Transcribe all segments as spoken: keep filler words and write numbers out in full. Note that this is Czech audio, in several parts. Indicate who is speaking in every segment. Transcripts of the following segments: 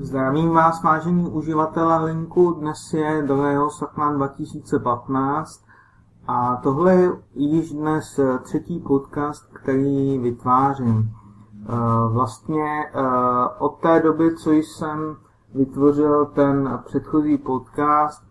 Speaker 1: Zdravím vás, vážení uživatelé linku, dnes je druhého srpna dva tisíce patnáct a tohle je již dnes třetí podcast, který vytvářím. Vlastně od té doby, co jsem vytvořil ten předchozí podcast,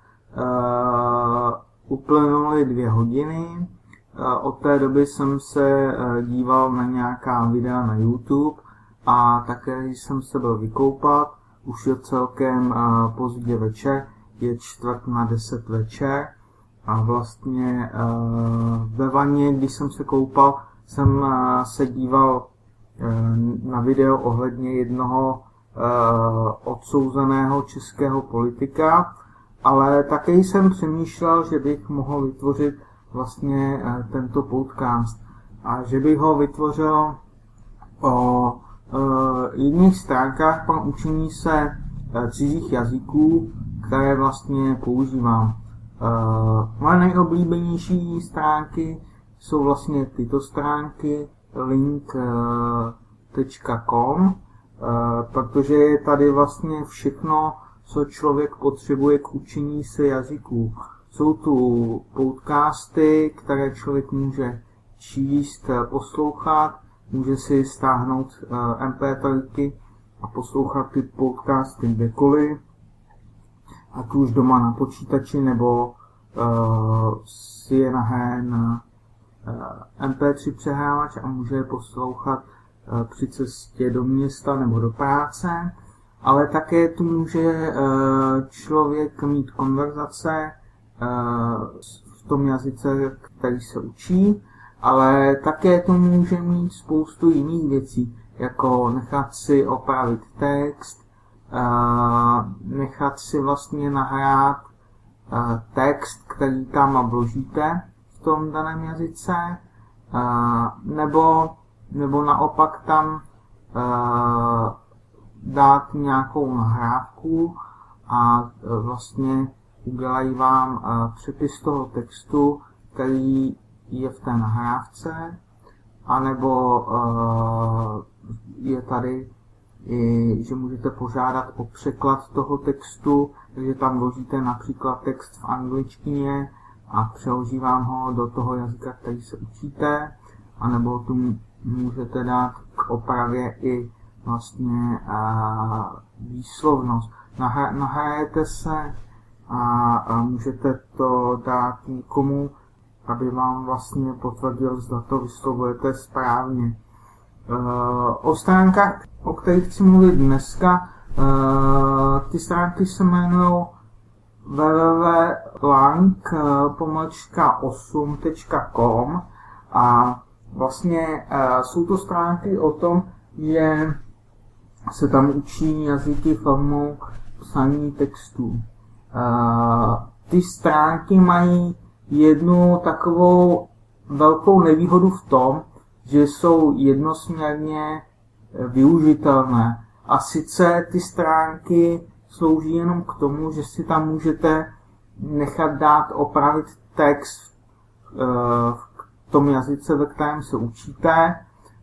Speaker 1: uplynuly dvě hodiny. Od té doby jsem se díval na nějaká videa na YouTube a také jsem se byl vykoupat. Už je celkem uh, pozdě večer, je čtvrt na deset večer a vlastně uh, ve vaně, když jsem se koupal, jsem uh, se díval uh, na video ohledně jednoho uh, odsouzeného českého politika, ale také jsem přemýšlel, že bych mohl vytvořit vlastně uh, tento podcast a že bych ho vytvořil o Uh, jedných stránkách pro učení se uh, cizích jazyků, které vlastně používám. Uh, moje nejoblíbenější stránky jsou vlastně tyto stránky link tečka com, uh, protože je tady vlastně všechno, co člověk potřebuje k učení se jazyků. Jsou tu podcasty, které člověk může číst, poslouchat, může si stáhnout uh, em pé tři a poslouchat ty podcasty kdekoliv, ať už doma na počítači, nebo uh, si je nahraje na uh, em pé tři přehrávač a může je poslouchat uh, při cestě do města nebo do práce, ale také tu může uh, člověk mít konverzace uh, v tom jazyce, který se učí, ale také to může mít spoustu jiných věcí, jako nechat si opravit text, nechat si vlastně nahrát text, který tam vložíte v tom daném jazyce, nebo, nebo naopak tam dát nějakou nahrávku a vlastně udělají vám přepis toho textu, který je v té nahrávce, anebo uh, je tady, i, že můžete požádat o překlad toho textu, takže tam vložíte například text v angličtině a přeloží vám ho do toho jazyka, který se učíte, anebo tu můžete dát k opravě i vlastně uh, výslovnost. Nahra, nahrajete se a, a můžete to dát někomu, aby vám vlastně potvrdil, zda to vyslovujete správně. O stránkách, o kterých chci mluvit dneska, ty stránky se jmenují w w w tečka lang osm tečka com a vlastně jsou to stránky o tom, že se tam učí jazyky formou psaní textů. Ty stránky mají jednu takovou velkou nevýhodu v tom, že jsou jednosměrně využitelné. A sice ty stránky slouží jenom k tomu, že si tam můžete nechat dát opravit text v tom jazyce, ve kterém se učíte.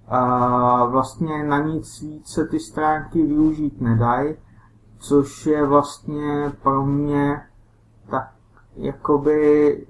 Speaker 1: Vlastně na nic víc se ty stránky využít nedají, což je vlastně pro mě tak jakoby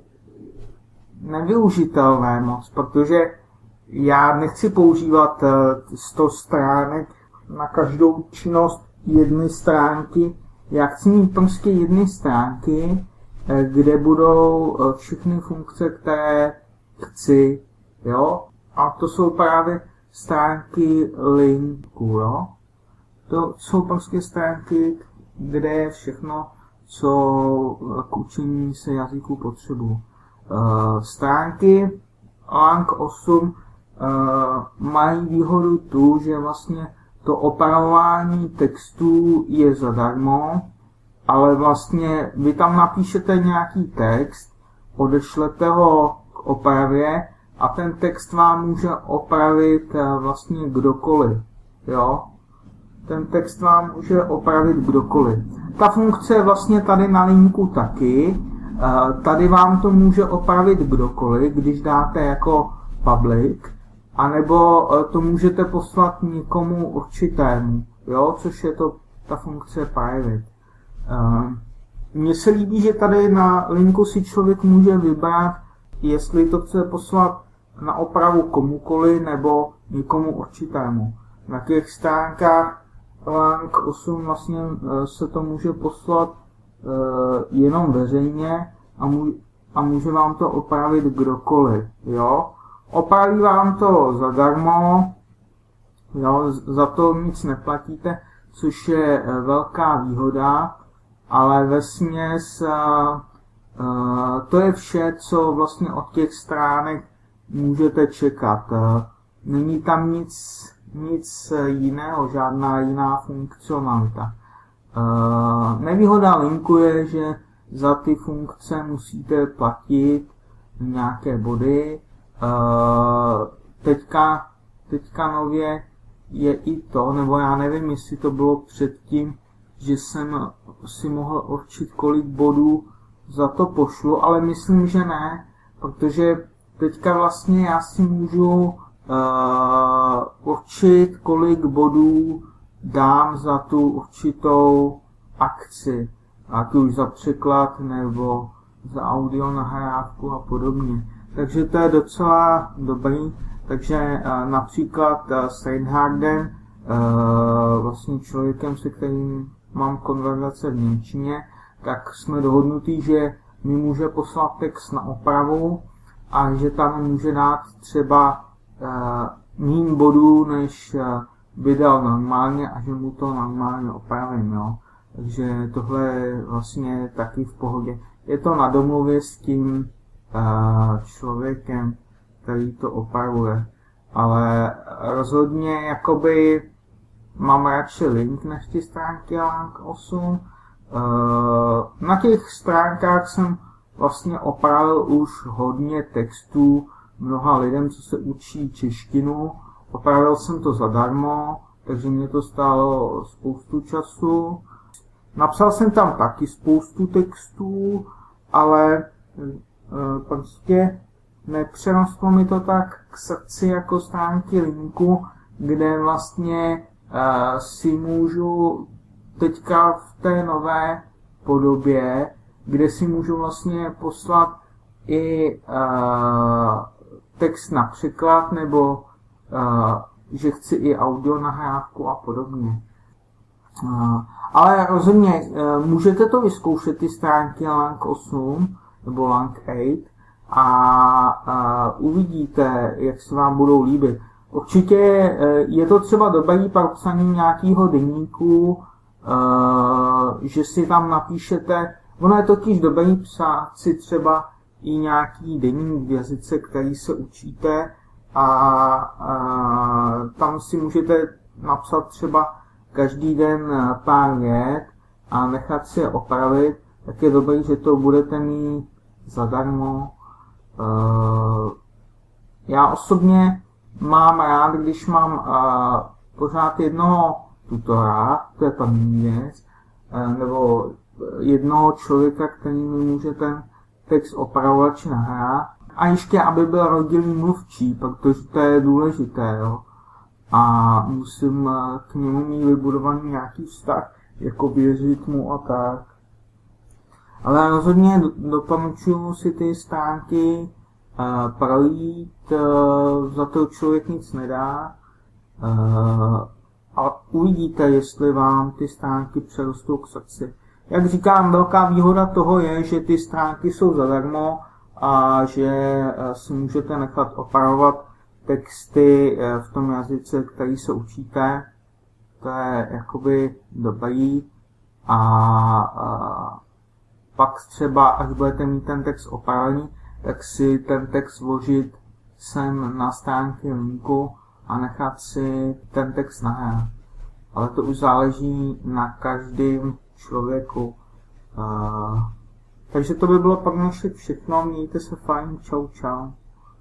Speaker 1: nevyužitelné moc, protože já nechci používat sto stránek na každou činnost jedné stránky. Já chci mít prostě jedny stránky, kde budou všechny funkce, které chci, jo. A to jsou právě stránky linku, jo. To jsou prostě stránky, kde je všechno, co k učení se jazyku potřebuji. Uh, stránky lang osm uh, mají výhodu tu, že vlastně to opravování textů je zadarmo, ale vlastně vy tam napíšete nějaký text, odešlete ho k opravě a ten text vám může opravit uh, vlastně kdokoliv, jo? Ten text vám může opravit kdokoliv. Ta funkce je vlastně tady na linku taky. Tady vám to může opravit kdokoliv, když dáte jako public, anebo to můžete poslat někomu určitému, jo, což je to ta funkce private. Mně se líbí, že tady na linku si člověk může vybrat, jestli to chce poslat na opravu komukoli nebo někomu určitému. Na těch stránkách Lang osm vlastně se to může poslat jenom veřejně a, může, a může vám to opravit kdokoliv. Jo? Opraví vám to zadarmo, jo? Za to nic neplatíte, což je velká výhoda, ale vesměs to je vše, co vlastně od těch stránek můžete čekat. Není tam nic, nic jiného, žádná jiná funkcionalita. Nevýhoda linku je, že za ty funkce musíte platit nějaké body. Teďka, teďka nově je i to, nebo já nevím, jestli to bylo předtím, že jsem si mohl určit, kolik bodů za to pošlu, ale myslím, že ne, protože teďka vlastně já si můžu uh, určit, kolik bodů dám za tu určitou akci, ať už za překlad nebo za audio nahrávku a podobně. Takže to je docela dobrý. Takže uh, například uh, s Reinhardem, uh, vlastně člověkem, se kterým mám konverzace v němčině, tak jsme dohodnutí, že mi může poslat text na opravu a že tam může dát třeba uh, méně bodů, než uh, by dal normálně a že mu to normálně opravím. Jo. Takže tohle je vlastně taky v pohodě. Je to na domluvě s tím uh, člověkem, který to opravuje. Ale rozhodně jakoby mám radši link než ty stránky Lang osm. Na těch stránkách jsem vlastně opravil už hodně textů mnoha lidem, co se učí češtinu. Opravil jsem to zadarmo, takže mě to stálo spoustu času. Napsal jsem tam taky spoustu textů, ale prostě nepřenostlo mi to tak k srdci jako stránky linku, kde vlastně uh, si můžu teďka v té nové podobě, kde si můžu vlastně poslat i uh, text na překlad, nebo uh, že chci i audio nahrávku a podobně. Uh, ale rozhodně uh, můžete to vyzkoušet, ty stránky Lang osm nebo Lang osm, a uh, uvidíte, jak se vám budou líbit. Určitě uh, je to třeba dobrý pro psaní nějakého deníku, uh, že si tam napíšete, ono je totiž dobrý psát si třeba i nějaký deník v jazyce, který se učíte, a uh, tam si můžete napsat třeba každý den pár vět a nechat si je opravit, tak je dobrý, že to budete mít zadarmo. Uh, já osobně mám rád, když mám uh, pořád jednoho tutora, to je první věc, uh, nebo jednoho člověka, který mi může ten text opravovat či nahrát. A ještě, aby byl rodilý mluvčí, protože to je důležité, jo. A musím uh, k němu mít vybudovaný nějaký vztah, jako věřit mu a tak. Ale rozhodně doporučuji si ty stránky uh, projít, uh, za to člověk nic nedá. Uh, a uvidíte, jestli vám ty stránky přerostou k srdci. Jak říkám, velká výhoda toho je, že ty stránky jsou zadarmo a že uh, si můžete nechat opravovat texty uh, v tom jazyce, který se učíte. To je jakoby dobrý. A uh, pak třeba, až budete mít ten text opravený, tak si ten text vložit sem na stránky linku a nechat si ten text nahrát. Ale to už záleží na každém člověku. Uh, takže to by bylo pro dnešek všechno. Mějte se fajn. Čau, čau.